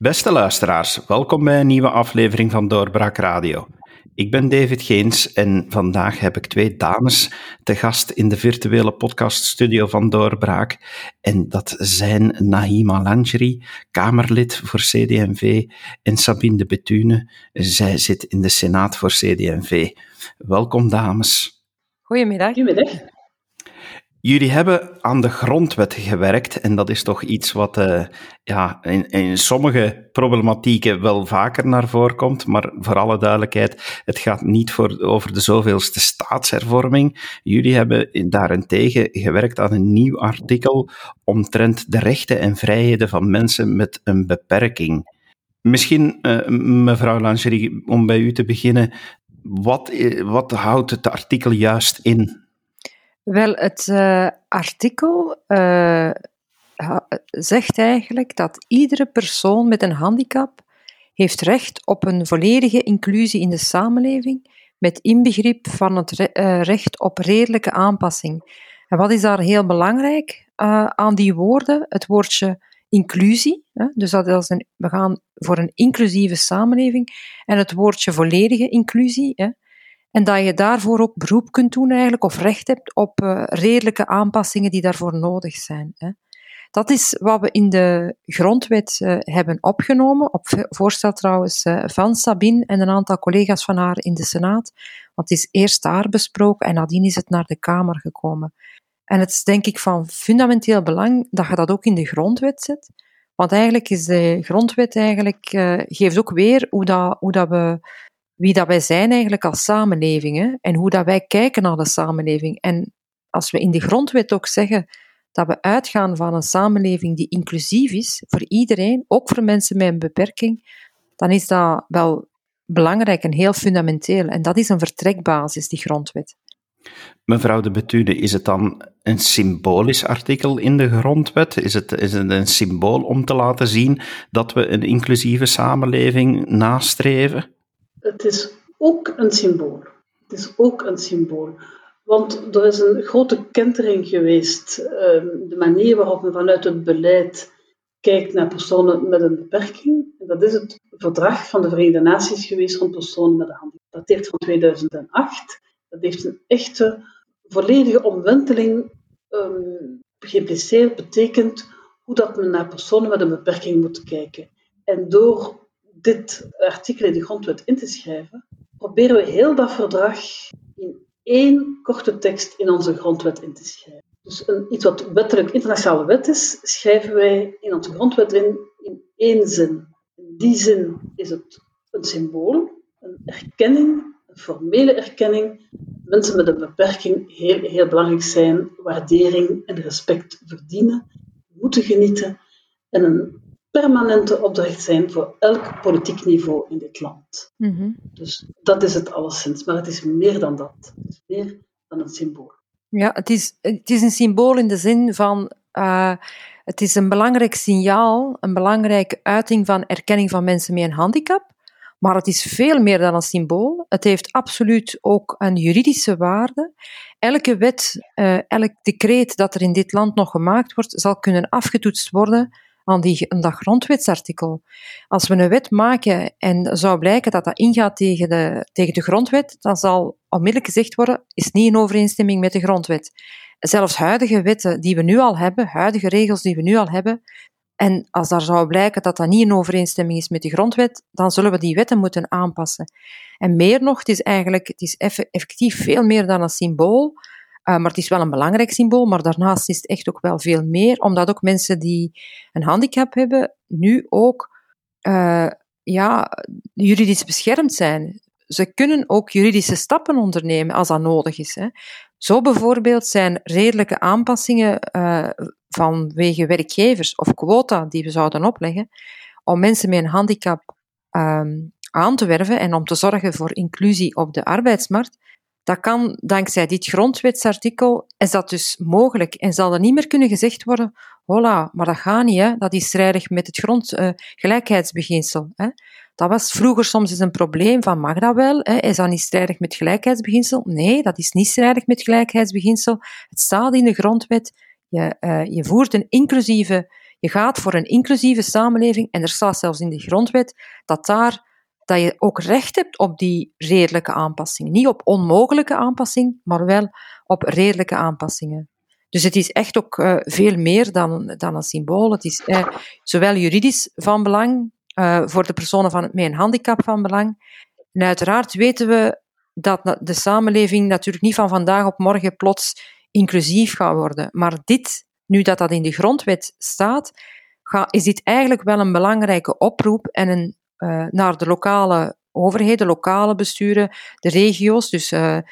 Beste luisteraars, welkom bij een nieuwe aflevering van Doorbraak Radio. Ik ben David Geens en vandaag heb ik twee dames te gast in de virtuele podcaststudio van Doorbraak. En dat zijn Nahima Lanjri, Kamerlid voor CD&V, en Sabine de Bethune. Zij zit in de Senaat voor CD&V. Welkom, dames. Goedemiddag. Goedemiddag. Jullie hebben aan de grondwet gewerkt en dat is toch iets wat in sommige problematieken wel vaker naar voren komt, maar voor alle duidelijkheid, het gaat niet over de zoveelste staatshervorming. Jullie hebben daarentegen gewerkt aan een nieuw artikel omtrent de rechten en vrijheden van mensen met een beperking. Misschien, mevrouw Langerie, om bij u te beginnen, wat houdt het artikel juist in? Wel, het artikel zegt eigenlijk dat iedere persoon met een handicap heeft recht op een volledige inclusie in de samenleving, met inbegrip van het recht op redelijke aanpassing. En wat is daar heel belangrijk aan die woorden? Het woordje inclusie, dus dat is we gaan voor een inclusieve samenleving, en het woordje volledige inclusie, en dat je daarvoor ook beroep kunt doen eigenlijk, of recht hebt op redelijke aanpassingen die daarvoor nodig zijn. Dat is wat we in de grondwet hebben opgenomen, op voorstel trouwens van Sabine en een aantal collega's van haar in de Senaat. Want het is eerst daar besproken en nadien is het naar de Kamer gekomen. En het is denk ik van fundamenteel belang dat je dat ook in de grondwet zet. Want eigenlijk is de grondwet geeft ook weer wie dat wij zijn eigenlijk als samenleving, en hoe dat wij kijken naar de samenleving. En als we in de grondwet ook zeggen dat we uitgaan van een samenleving die inclusief is, voor iedereen, ook voor mensen met een beperking, dan is dat wel belangrijk en heel fundamenteel. En dat is een vertrekbasis, die grondwet. Mevrouw de Bethune, is het dan een symbolisch artikel in de grondwet? Is het een symbool om te laten zien dat we een inclusieve samenleving nastreven? Het is ook een symbool. Want er is een grote kentering geweest. De manier waarop men vanuit het beleid kijkt naar personen met een beperking. En dat is het verdrag van de Verenigde Naties geweest rond personen met een handicap. Dat dateert van 2008. Dat heeft een echte, volledige omwenteling geïmpliceerd. Betekent hoe dat men naar personen met een beperking moet kijken. En door dit artikel in de grondwet in te schrijven, proberen we heel dat verdrag in één korte tekst in onze grondwet in te schrijven. Dus iets wat wettelijk internationale wet is, schrijven wij in onze grondwet in één zin. In die zin is het een symbool, een erkenning, een formele erkenning. Mensen met een beperking heel, heel belangrijk zijn, waardering en respect verdienen, moeten genieten en een permanente opdracht zijn voor elk politiek niveau in dit land. Mm-hmm. Dus dat is het alleszins. Maar het is meer dan dat. Het is meer dan een symbool. Ja, het is een symbool in de zin van het is een belangrijk signaal, een belangrijke uiting van erkenning van mensen met een handicap. Maar het is veel meer dan een symbool. Het heeft absoluut ook een juridische waarde. Elke wet, elk decreet dat er in dit land nog gemaakt wordt, zal kunnen afgetoetst worden aan dat grondwetsartikel. Als we een wet maken en zou blijken dat dat ingaat tegen de grondwet, dan zal onmiddellijk gezegd worden, is niet in overeenstemming met de grondwet. Zelfs huidige wetten die we nu al hebben, huidige regels die we nu al hebben, en als daar zou blijken dat dat niet in overeenstemming is met de grondwet, dan zullen we die wetten moeten aanpassen. En meer nog, het is effectief veel meer dan een symbool, maar het is wel een belangrijk symbool, maar daarnaast is het echt ook wel veel meer, omdat ook mensen die een handicap hebben, nu ook juridisch beschermd zijn. Ze kunnen ook juridische stappen ondernemen als dat nodig is. Zo bijvoorbeeld zijn redelijke aanpassingen vanwege werkgevers of quota die we zouden opleggen om mensen met een handicap aan te werven en om te zorgen voor inclusie op de arbeidsmarkt. Dat kan, dankzij dit grondwetsartikel, is dat dus mogelijk en zal er niet meer kunnen gezegd worden, hola, maar dat gaat niet, hè? Dat is strijdig met het gelijkheidsbeginsel. Hè? Dat was vroeger soms eens een probleem van, mag dat wel? Hè? Is dat niet strijdig met gelijkheidsbeginsel? Nee, dat is niet strijdig met gelijkheidsbeginsel. Het staat in de grondwet, je voert een inclusieve Je gaat voor een inclusieve samenleving en er staat zelfs in de grondwet dat je ook recht hebt op die redelijke aanpassing. Niet op onmogelijke aanpassing, maar wel op redelijke aanpassingen. Dus het is echt ook veel meer dan een symbool. Het is zowel juridisch van belang, voor de personen met een handicap van belang. En uiteraard weten we dat de samenleving natuurlijk niet van vandaag op morgen plots inclusief gaat worden. Maar nu dat in de grondwet staat, is dit eigenlijk wel een belangrijke oproep en naar de lokale overheden, lokale besturen, de regio's, dus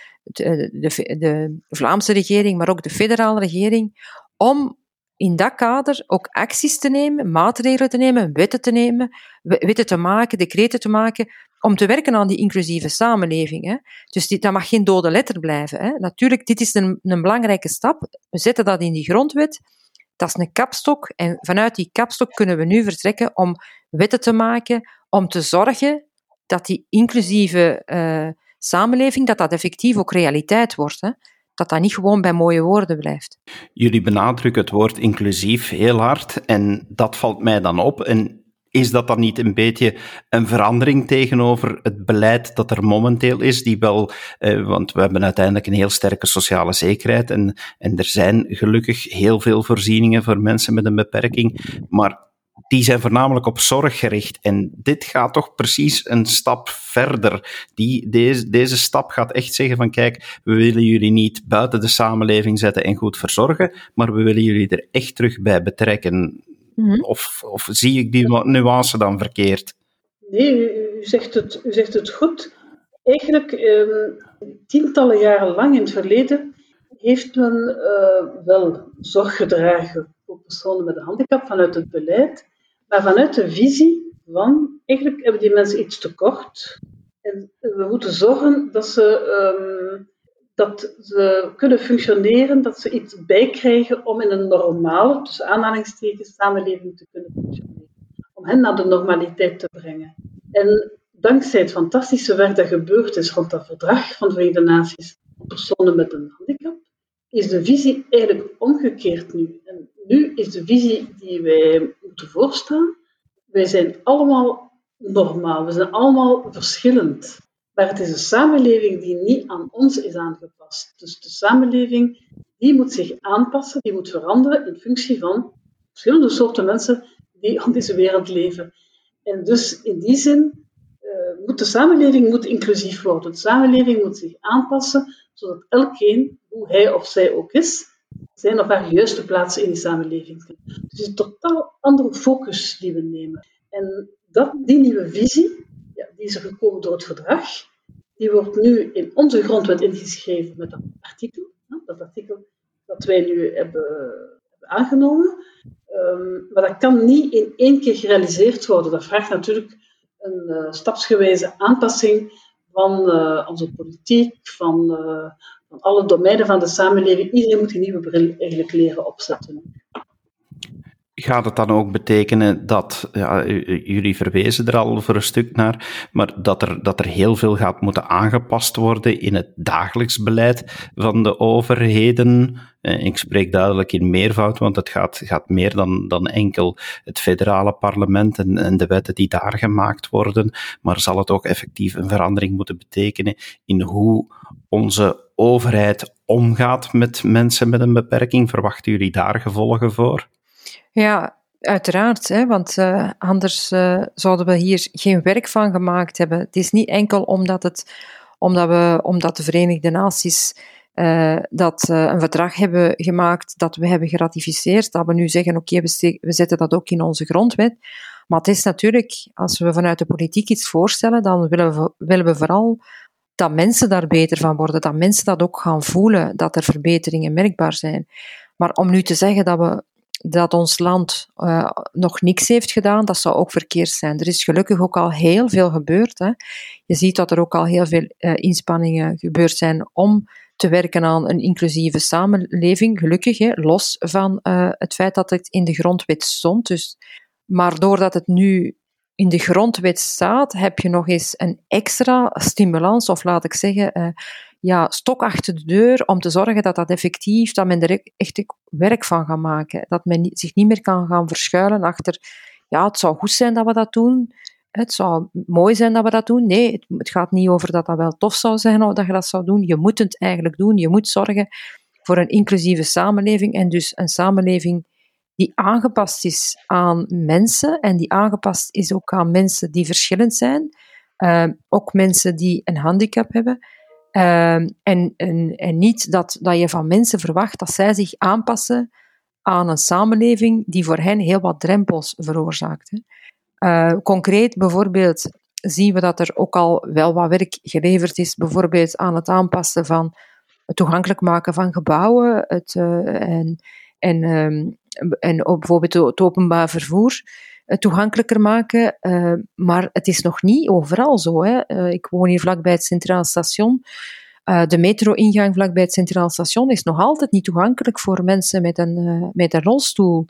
de Vlaamse regering, maar ook de federale regering, om in dat kader ook acties te nemen, maatregelen te nemen, wetten te maken, decreten te maken, om te werken aan die inclusieve samenleving. Hè. Dus dat mag geen dode letter blijven. Hè. Natuurlijk, dit is een belangrijke stap. We zetten dat in die grondwet. Dat is een kapstok. En vanuit die kapstok kunnen we nu vertrekken om wetten te maken, om te zorgen dat die inclusieve samenleving, dat effectief ook realiteit wordt. Hè. Dat niet gewoon bij mooie woorden blijft. Jullie benadrukken het woord inclusief heel hard en dat valt mij dan op. En is dat dan niet een beetje een verandering tegenover het beleid dat er momenteel is, die wel, want we hebben uiteindelijk een heel sterke sociale zekerheid en er zijn gelukkig heel veel voorzieningen voor mensen met een beperking, maar die zijn voornamelijk op zorg gericht. En dit gaat toch precies een stap verder. Deze stap gaat echt zeggen van kijk, we willen jullie niet buiten de samenleving zetten en goed verzorgen, maar we willen jullie er echt terug bij betrekken. Mm-hmm. Of zie ik die nuance dan verkeerd? Nee, u zegt het goed. Eigenlijk, tientallen jaren lang in het verleden heeft men wel zorg gedragen voor personen met een handicap vanuit het beleid, maar vanuit de visie van, eigenlijk hebben die mensen iets tekort en we moeten zorgen dat ze kunnen functioneren, dat ze iets bijkrijgen om in een normale, tussen aanhalingstekens, samenleving te kunnen functioneren. Om hen naar de normaliteit te brengen. En dankzij het fantastische werk dat gebeurd is rond dat verdrag van de Verenigde Naties voor personen met een handicap, is de visie eigenlijk omgekeerd nu. En nu is de visie die wij moeten voorstaan, wij zijn allemaal normaal, we zijn allemaal verschillend. Maar het is een samenleving die niet aan ons is aangepast. Dus de samenleving die moet zich aanpassen, die moet veranderen in functie van verschillende soorten mensen die aan deze wereld leven. En dus in die zin moet de samenleving inclusief worden. De samenleving moet zich aanpassen, zodat elkeen, hoe hij of zij ook is, zijn of haar juiste plaats in die samenleving vindt. Dus het is een totaal andere focus die we nemen. En die nieuwe visie, die is er gekomen door het verdrag. Die wordt nu in onze grondwet ingeschreven met dat artikel. Dat artikel dat wij nu hebben aangenomen. Maar dat kan niet in één keer gerealiseerd worden. Dat vraagt natuurlijk een stapsgewijze aanpassing van onze politiek, van alle domeinen van de samenleving. Iedereen moet een nieuwe bril eigenlijk leren opzetten. Gaat het dan ook betekenen dat, jullie verwezen er al voor een stuk naar, maar dat er heel veel gaat moeten aangepast worden in het dagelijks beleid van de overheden? Ik spreek duidelijk in meervoud, want het gaat meer dan enkel het federale parlement en de wetten die daar gemaakt worden, maar zal het ook effectief een verandering moeten betekenen in hoe onze overheid omgaat met mensen met een beperking? Verwachten jullie daar gevolgen voor? Ja, uiteraard, hè, want anders zouden we hier geen werk van gemaakt hebben. Het is niet enkel omdat de Verenigde Naties een verdrag hebben gemaakt dat we hebben geratificeerd, dat we nu zeggen, oké, we zetten dat ook in onze grondwet. Maar het is natuurlijk, als we vanuit de politiek iets voorstellen, dan willen we vooral dat mensen daar beter van worden, dat mensen dat ook gaan voelen, dat er verbeteringen merkbaar zijn. Maar om nu te zeggen dat ons land nog niks heeft gedaan, dat zou ook verkeerd zijn. Er is gelukkig ook al heel veel gebeurd. Hè. Je ziet dat er ook al heel veel inspanningen gebeurd zijn om te werken aan een inclusieve samenleving, gelukkig, hè, los van het feit dat het in de grondwet stond. Maar doordat het nu in de grondwet staat, heb je nog eens een extra stimulans, of laat ik zeggen, stok achter de deur om te zorgen dat men er echt werk van gaat maken. Dat men zich niet meer kan gaan verschuilen achter, het zou goed zijn dat we dat doen, het zou mooi zijn dat we dat doen. Nee, het gaat niet over dat wel tof zou zijn dat je dat zou doen. Je moet het eigenlijk doen. Je moet zorgen voor een inclusieve samenleving en dus een samenleving die aangepast is aan mensen en die aangepast is ook aan mensen die verschillend zijn. Ook mensen die een handicap hebben. En niet dat je van mensen verwacht dat zij zich aanpassen aan een samenleving die voor hen heel wat drempels veroorzaakt. Concreet bijvoorbeeld zien we dat er ook al wel wat werk geleverd is, bijvoorbeeld aan het aanpassen van het toegankelijk maken van gebouwen en ook bijvoorbeeld het openbaar vervoer toegankelijker maken. Maar het is nog niet overal zo. Ik woon hier vlakbij het Centraal Station. De metro-ingang vlakbij het Centraal Station is nog altijd niet toegankelijk voor mensen met een rolstoel.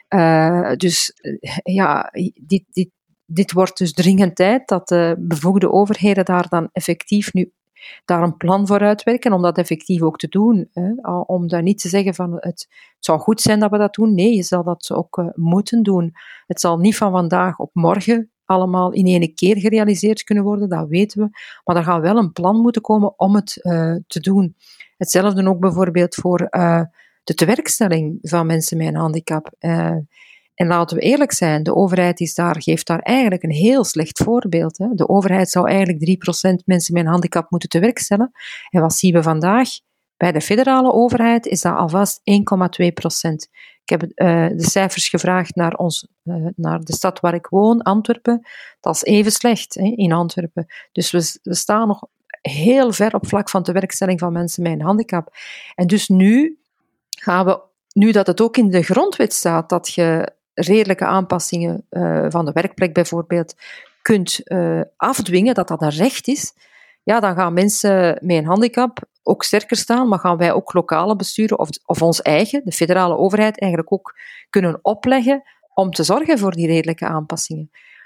Dit wordt dus dringend tijd dat de bevoegde overheden daar dan effectief nu daar een plan voor uitwerken, om dat effectief ook te doen. Om dan niet te zeggen van het zou goed zijn dat we dat doen. Nee, je zal dat ook moeten doen. Het zal niet van vandaag op morgen allemaal in één keer gerealiseerd kunnen worden, dat weten we. Maar er gaat wel een plan moeten komen om het te doen. Hetzelfde ook bijvoorbeeld voor de tewerkstelling van mensen met een handicap. En laten we eerlijk zijn, de overheid geeft daar eigenlijk een heel slecht voorbeeld. Hè. De overheid zou eigenlijk 3% mensen met een handicap moeten tewerkstellen. En wat zien we vandaag? Bij de federale overheid is dat alvast 1,2%. Ik heb de cijfers gevraagd naar de stad waar ik woon, Antwerpen. Dat is even slecht in Antwerpen. Dus we staan nog heel ver op vlak van tewerkstelling van mensen met een handicap. En dus nu dat het ook in de grondwet staat dat je redelijke aanpassingen van de werkplek bijvoorbeeld kunt afdwingen, dat een recht is, dan gaan mensen met een handicap ook sterker staan, maar gaan wij ook lokale besturen of ons eigen, de federale overheid, eigenlijk ook kunnen opleggen om te zorgen voor die redelijke aanpassingen.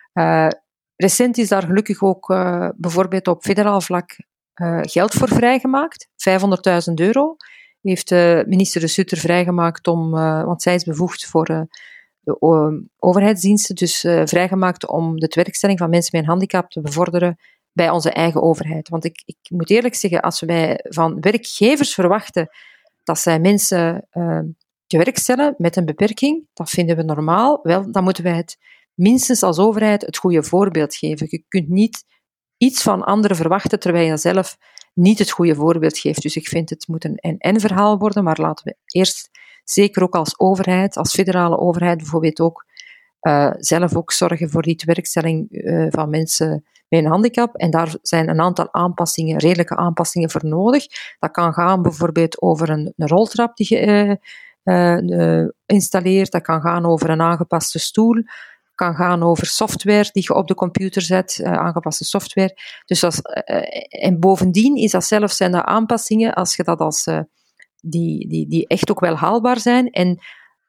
Recent is daar gelukkig ook bijvoorbeeld op federaal vlak geld voor vrijgemaakt, €500.000 heeft minister De Sutter vrijgemaakt want zij is bevoegd voor de overheidsdiensten, dus vrijgemaakt om de tewerkstelling van mensen met een handicap te bevorderen bij onze eigen overheid. Want ik moet eerlijk zeggen, als wij van werkgevers verwachten dat zij mensen te werk stellen met een beperking, dat vinden we normaal, wel, dan moeten wij het minstens als overheid het goede voorbeeld geven. Je kunt niet iets van anderen verwachten terwijl je zelf niet het goede voorbeeld geeft. Dus ik vind het moet een en-en-verhaal worden, maar laten we eerst zeker ook als overheid, als federale overheid bijvoorbeeld ook, zelf ook zorgen voor die tewerkstelling van mensen met een handicap. En daar zijn een aantal aanpassingen, redelijke aanpassingen voor nodig. Dat kan gaan bijvoorbeeld over een roltrap die je installeert. Dat kan gaan over een aangepaste stoel. Kan gaan over software die je op de computer zet, aangepaste software. Dus en bovendien is dat zelfs zijn dat aanpassingen als je dat als die echt ook wel haalbaar zijn. En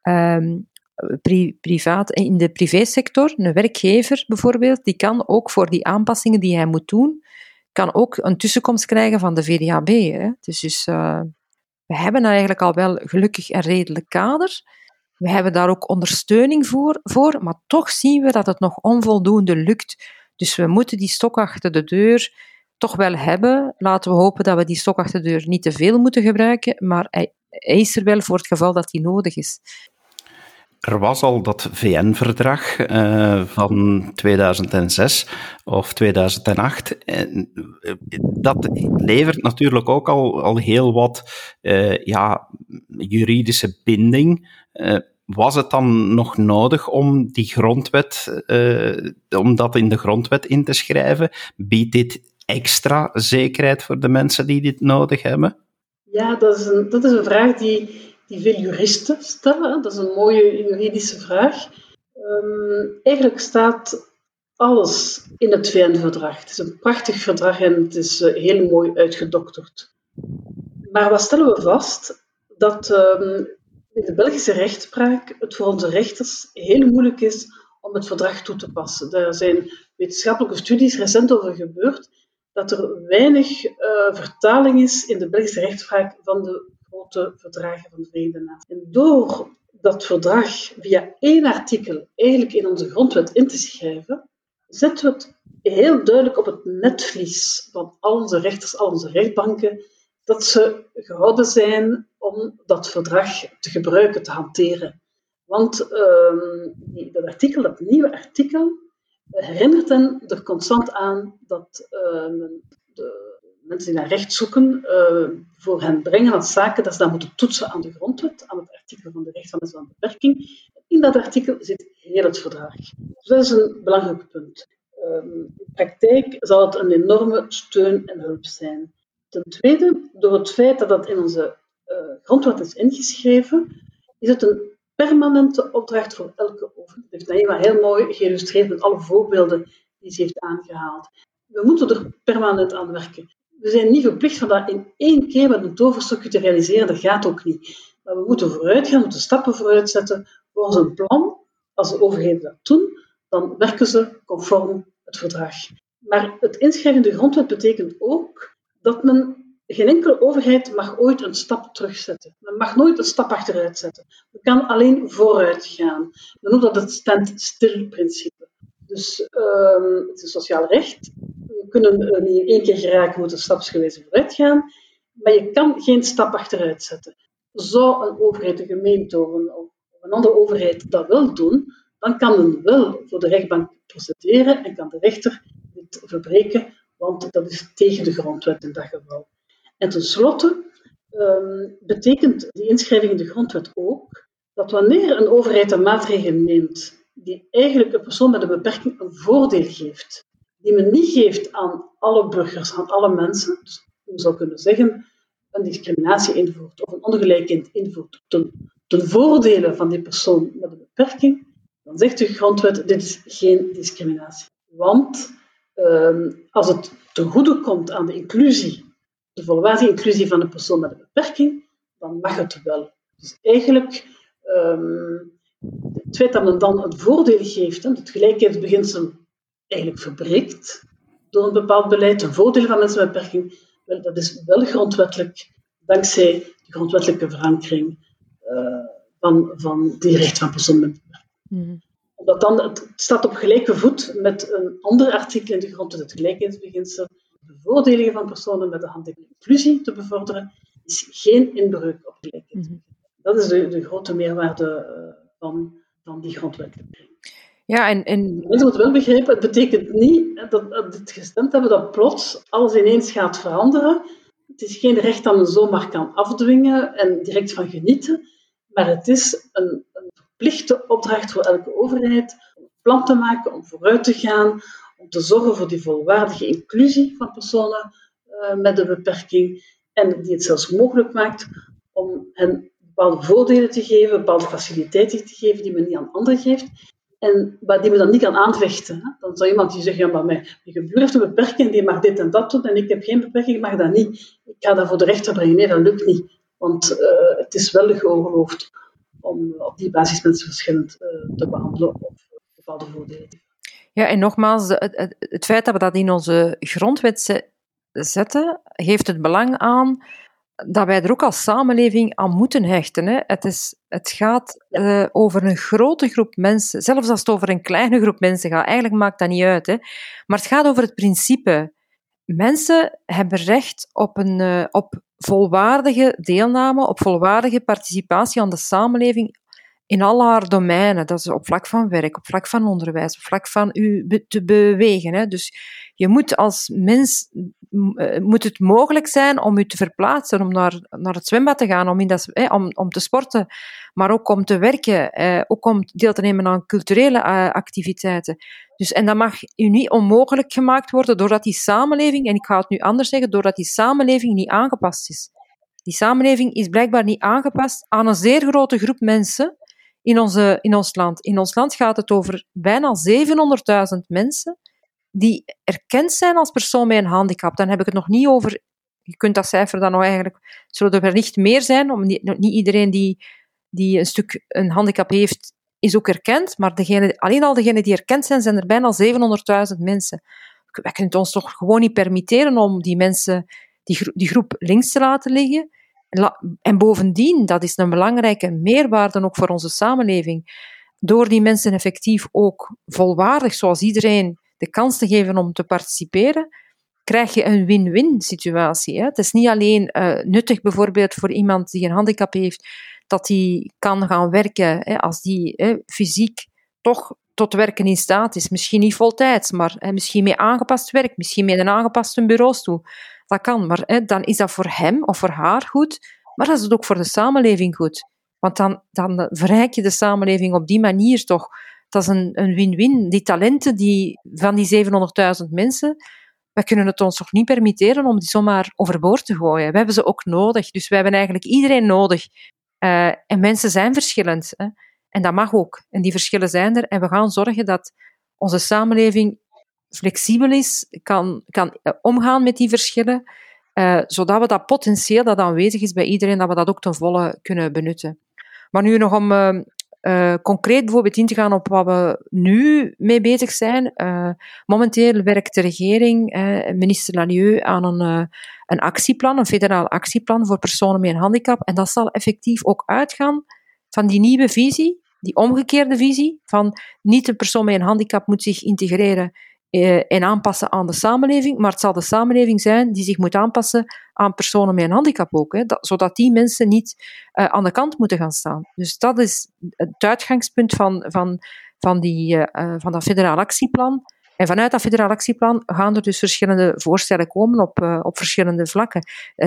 privaat, in de privésector, een werkgever bijvoorbeeld, die kan ook voor die aanpassingen die hij moet doen, kan ook een tussenkomst krijgen van de VDAB. Hè. Dus we hebben eigenlijk al wel gelukkig een redelijk kader. We hebben daar ook ondersteuning voor, maar toch zien we dat het nog onvoldoende lukt. Dus we moeten die stok achter de deur toch wel hebben. Laten we hopen dat we die stok achter de deur niet te veel moeten gebruiken, maar hij is er wel voor het geval dat die nodig is. Er was al dat VN-verdrag van 2006 of 2008. En dat levert natuurlijk ook al heel wat juridische binding. Was het dan nog nodig om die grondwet, om dat in de grondwet in te schrijven? Biedt dit extra zekerheid voor de mensen die dit nodig hebben? Ja, dat is een vraag die veel juristen stellen. Dat is een mooie juridische vraag. Eigenlijk staat alles in het VN-verdrag. Het is een prachtig verdrag en het is heel mooi uitgedokterd. Maar wat stellen we vast? Dat in de Belgische rechtspraak het voor onze rechters heel moeilijk is om het verdrag toe te passen. Daar zijn wetenschappelijke studies recent over gebeurd, dat er weinig vertaling is in de Belgische rechtspraak van de grote verdragen van de Verenigde Naties. En door dat verdrag via 1 artikel eigenlijk in onze grondwet in te schrijven, zetten we het heel duidelijk op het netvlies van al onze rechters, al onze rechtbanken, dat ze gehouden zijn om dat verdrag te gebruiken, te hanteren. Want dat nieuwe artikel, herinnert hen er constant aan dat de mensen die naar recht zoeken, voor hen brengen als zaken dat ze dat moeten toetsen aan de grondwet, aan het artikel van de recht van mensen met een beperking. In dat artikel zit heel het verdrag. Dus dat is een belangrijk punt. In de praktijk zal het een enorme steun en hulp zijn. Ten tweede, door het feit dat dat in onze grondwet is ingeschreven, is het een permanente opdracht voor elke overheid. Dat heeft Naïma heel mooi geïllustreerd met alle voorbeelden die ze heeft aangehaald. We moeten er permanent aan werken. We zijn niet verplicht van dat in 1 keer met een toverstokje te realiseren, dat gaat ook niet. Maar we moeten vooruit gaan, we moeten stappen vooruit zetten. Volgens een plan, als de overheden dat doen, dan werken ze conform het verdrag. Maar het inschrijven in de grondwet betekent ook dat geen enkele overheid mag ooit een stap terugzetten. Men mag nooit een stap achteruit zetten. Men kan alleen vooruit gaan. Men noemt dat het stand-still-principe. Dus het is sociaal recht. We kunnen er niet in 1 keer geraken, we moeten stapsgewijs vooruit gaan. Maar je kan geen stap achteruit zetten. Zou een overheid, een gemeente of een andere overheid dat wel doen, dan kan men wel voor de rechtbank procederen en kan de rechter dit verbreken, want dat is tegen de grondwet in dat geval. En tenslotte betekent die inschrijving in de grondwet ook dat wanneer een overheid een maatregel neemt die eigenlijk een persoon met een beperking een voordeel geeft, die men niet geeft aan alle burgers, aan alle mensen, dus je zou kunnen zeggen, een discriminatie invoert of een ongelijkheid invoert ten voordele van die persoon met een beperking, dan zegt de grondwet, dit is geen discriminatie. Want als het ten goede komt aan de inclusie, de volwaardige inclusie van een persoon met een beperking, dan mag het wel. Dus eigenlijk, het feit dat men dan een voordeel geeft, het gelijkheidsbeginsel eigenlijk verbreekt door een bepaald beleid, ten voordele van mensen met beperking, wel, dat is wel grondwettelijk, dankzij de grondwettelijke verankering van die recht van personen met beperking. Mm-hmm. Omdat dan, het staat op gelijke voet met een ander artikel in de grondwet, het gelijkheidsbeginsel. De bevoordelingen van personen met een handicap inclusie te bevorderen, is geen inbreuk op gelijkheid. Mm-hmm. Dat is de grote meerwaarde van die grondwettelijke. Ja, en... Mensen moeten wel begrijpen, het betekent niet dat dit gestemd hebben dat plots alles ineens gaat veranderen. Het is geen recht dat men zomaar kan afdwingen en direct van genieten, maar het is een verplichte opdracht voor elke overheid om een plan te maken, om vooruit te gaan, om te zorgen voor die volwaardige inclusie van personen met een beperking en die het zelfs mogelijk maakt om hen bepaalde voordelen te geven, bepaalde faciliteiten te geven die men niet aan anderen geeft en die men dan niet kan aanvechten. Hè? Dan zou iemand die zeggen, ja, maar mijn buur heeft een beperking, die mag dit en dat doen en ik heb geen beperking, ik mag dat niet. Ik ga dat voor de rechter brengen. Nee, dat lukt niet, want het is wel geoorloofd om op die basis mensen verschillend te behandelen of bepaalde voordelen te geven. Ja, en nogmaals, het feit dat we dat in onze grondwet zetten, geeft het belang aan dat wij er ook als samenleving aan moeten hechten. Hè. Het gaat over een grote groep mensen, zelfs als het over een kleine groep mensen gaat. Eigenlijk maakt dat niet uit. Hè. Maar het gaat over het principe. Mensen hebben recht op volwaardige deelname, op volwaardige participatie aan de samenleving in al haar domeinen. Dat is op vlak van werk, op vlak van onderwijs, op vlak van u te bewegen. Hè. Dus je moet als mens, moet het mogelijk zijn om u te verplaatsen, om naar het zwembad te gaan, om te sporten, maar ook om te werken, ook om deel te nemen aan culturele activiteiten. Dus, en dat mag u niet onmogelijk gemaakt worden doordat die samenleving, en ik ga het nu anders zeggen, doordat die samenleving niet aangepast is. Die samenleving is blijkbaar niet aangepast aan een zeer grote groep mensen in ons land. In ons land gaat het over bijna 700.000 mensen die erkend zijn als persoon met een handicap. Dan heb ik het nog niet over... Je kunt dat cijfer dan nog eigenlijk... Zullen er wellicht meer zijn, omdat niet iedereen die een handicap heeft, is ook erkend, maar alleen al degenen die erkend zijn er bijna 700.000 mensen. Wij kunnen het ons toch gewoon niet permitteren om die mensen, die groep links te laten liggen. En bovendien, dat is een belangrijke meerwaarde ook voor onze samenleving, door die mensen effectief ook volwaardig, zoals iedereen, de kans te geven om te participeren, krijg je een win-win situatie. Hè? Het is niet alleen nuttig bijvoorbeeld voor iemand die een handicap heeft, dat die kan gaan werken, hè, als die fysiek toch tot werken in staat is. Misschien niet voltijds, maar misschien met aangepast werk, misschien met een aangepaste bureaustoel. Dat kan, maar dan is dat voor hem of voor haar goed, maar dat is het ook voor de samenleving goed. Want dan verrijk je de samenleving op die manier toch. Dat is een win-win. Die talenten van die 700.000 mensen, we kunnen het ons toch niet permitteren om die zomaar overboord te gooien. We hebben ze ook nodig. Dus we hebben eigenlijk iedereen nodig. En mensen zijn verschillend. Hè. En dat mag ook. En die verschillen zijn er. En we gaan zorgen dat onze samenleving flexibel is, kan omgaan met die verschillen, zodat we dat potentieel dat aanwezig is bij iedereen, dat we dat ook ten volle kunnen benutten. Maar nu nog om concreet bijvoorbeeld in te gaan op wat we nu mee bezig zijn. Momenteel werkt de regering, minister Lalieu, aan een actieplan, een federaal actieplan voor personen met een handicap. En dat zal effectief ook uitgaan van die nieuwe visie, die omgekeerde visie, van niet een persoon met een handicap moet zich integreren en aanpassen aan de samenleving, maar het zal de samenleving zijn die zich moet aanpassen aan personen met een handicap ook, hè, zodat die mensen niet aan de kant moeten gaan staan. Dus dat is het uitgangspunt van dat federaal actieplan. En vanuit dat federaal actieplan gaan er dus verschillende voorstellen komen op verschillende vlakken.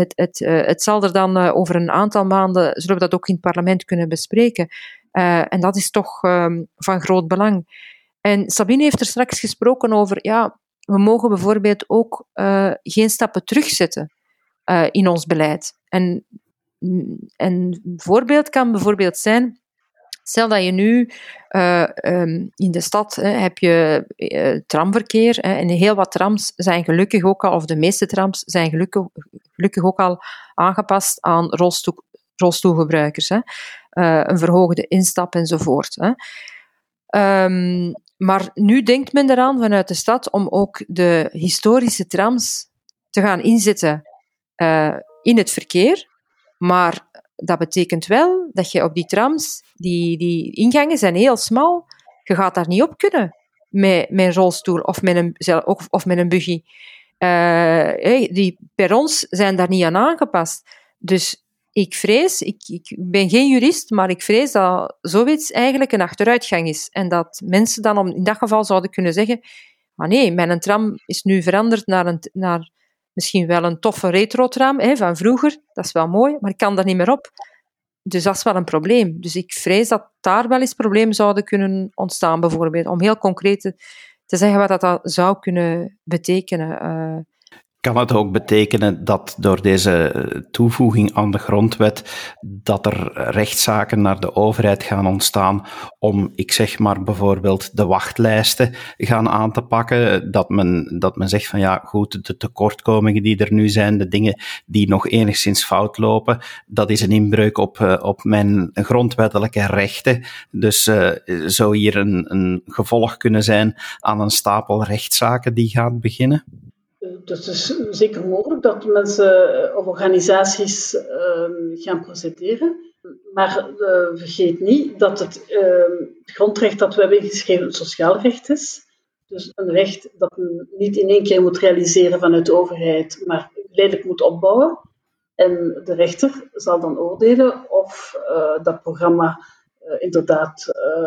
Het zal er dan over een aantal maanden, zullen we dat ook in het parlement kunnen bespreken. En dat is toch van groot belang. En Sabine heeft er straks gesproken over, we mogen bijvoorbeeld ook geen stappen terugzetten in ons beleid. En een voorbeeld kan bijvoorbeeld zijn, stel dat je nu in de stad heb je tramverkeer en heel wat trams zijn gelukkig ook al, of de meeste trams zijn gelukkig ook al aangepast aan rolstoelgebruikers. Een verhoogde instap enzovoort. Maar nu denkt men eraan vanuit de stad om ook de historische trams te gaan inzetten in het verkeer. Maar dat betekent wel dat je op die trams, die ingangen zijn heel smal, je gaat daar niet op kunnen met een rolstoel of met een buggy. Die perrons zijn daar niet aan aangepast. Dus ik vrees, ik ben geen jurist, maar ik vrees dat zoiets eigenlijk een achteruitgang is. En dat mensen dan in dat geval zouden kunnen zeggen, nee, mijn tram is nu veranderd naar misschien wel een toffe retro-tram van vroeger. Dat is wel mooi, maar ik kan daar niet meer op. Dus dat is wel een probleem. Dus ik vrees dat daar wel eens problemen zouden kunnen ontstaan, bijvoorbeeld. Om heel concreet te zeggen wat dat zou kunnen betekenen. Kan het ook betekenen dat door deze toevoeging aan de grondwet dat er rechtszaken naar de overheid gaan ontstaan om, ik zeg maar bijvoorbeeld, de wachtlijsten gaan aan te pakken? Dat men zegt van goed, de tekortkomingen die er nu zijn, de dingen die nog enigszins fout lopen, dat is een inbreuk op mijn grondwettelijke rechten. Dus zou hier een gevolg kunnen zijn aan een stapel rechtszaken die gaat beginnen? Dus het is zeker mogelijk dat mensen of organisaties gaan procederen. Maar vergeet niet dat het grondrecht dat we hebben ingeschreven een sociaal recht is. Dus een recht dat men niet in één keer moet realiseren vanuit de overheid, maar geleidelijk moet opbouwen. En de rechter zal dan oordelen of dat programma inderdaad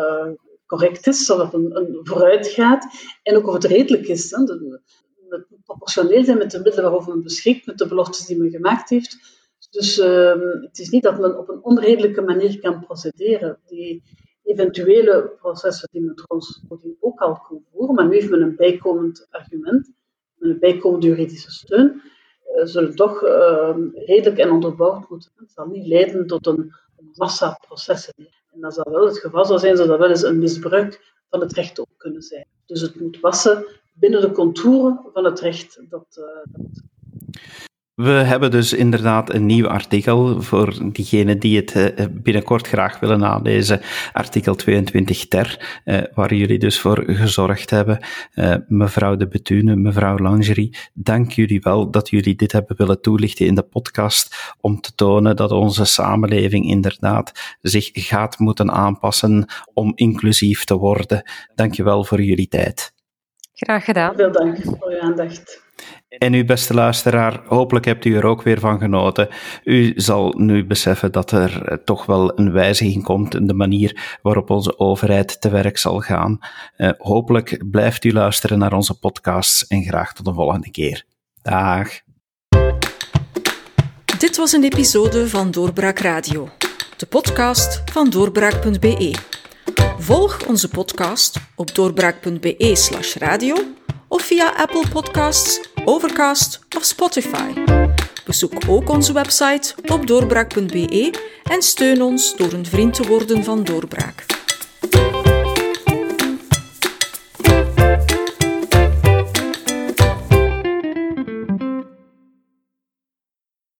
correct is, of het een vooruit gaat. En ook of het redelijk is. Hè. Het moet proportioneel zijn met de middelen waarover men beschikt, met de beloftes die men gemaakt heeft. Dus het is niet dat men op een onredelijke manier kan procederen. Die eventuele processen die men trouwens ook al kon voeren, maar nu heeft men een bijkomend argument, een bijkomende juridische steun, zullen toch redelijk en onderbouwd moeten. Het zal niet leiden tot een massa processen. En dat zal wel het geval zou zijn, zou dat wel eens een misbruik van het recht ook kunnen zijn. Dus het moet passen binnen de contouren van het recht. We hebben dus inderdaad een nieuw artikel voor diegenen die het binnenkort graag willen nalezen. Artikel 22 ter, waar jullie dus voor gezorgd hebben. Mevrouw De Bethune, mevrouw Langerie, dank jullie wel dat jullie dit hebben willen toelichten in de podcast om te tonen dat onze samenleving inderdaad zich gaat moeten aanpassen om inclusief te worden. Dank je wel voor jullie tijd. Graag gedaan. Veel dank voor uw aandacht. En u, beste luisteraar, hopelijk hebt u er ook weer van genoten. U zal nu beseffen dat er toch wel een wijziging komt in de manier waarop onze overheid te werk zal gaan. Hopelijk blijft u luisteren naar onze podcasts en graag tot de volgende keer. Dag. Dit was een episode van Doorbraak Radio, de podcast van doorbraak.be. Volg onze podcast op doorbraak.be/radio of via Apple Podcasts, Overcast of Spotify. Bezoek ook onze website op doorbraak.be en steun ons door een vriend te worden van Doorbraak.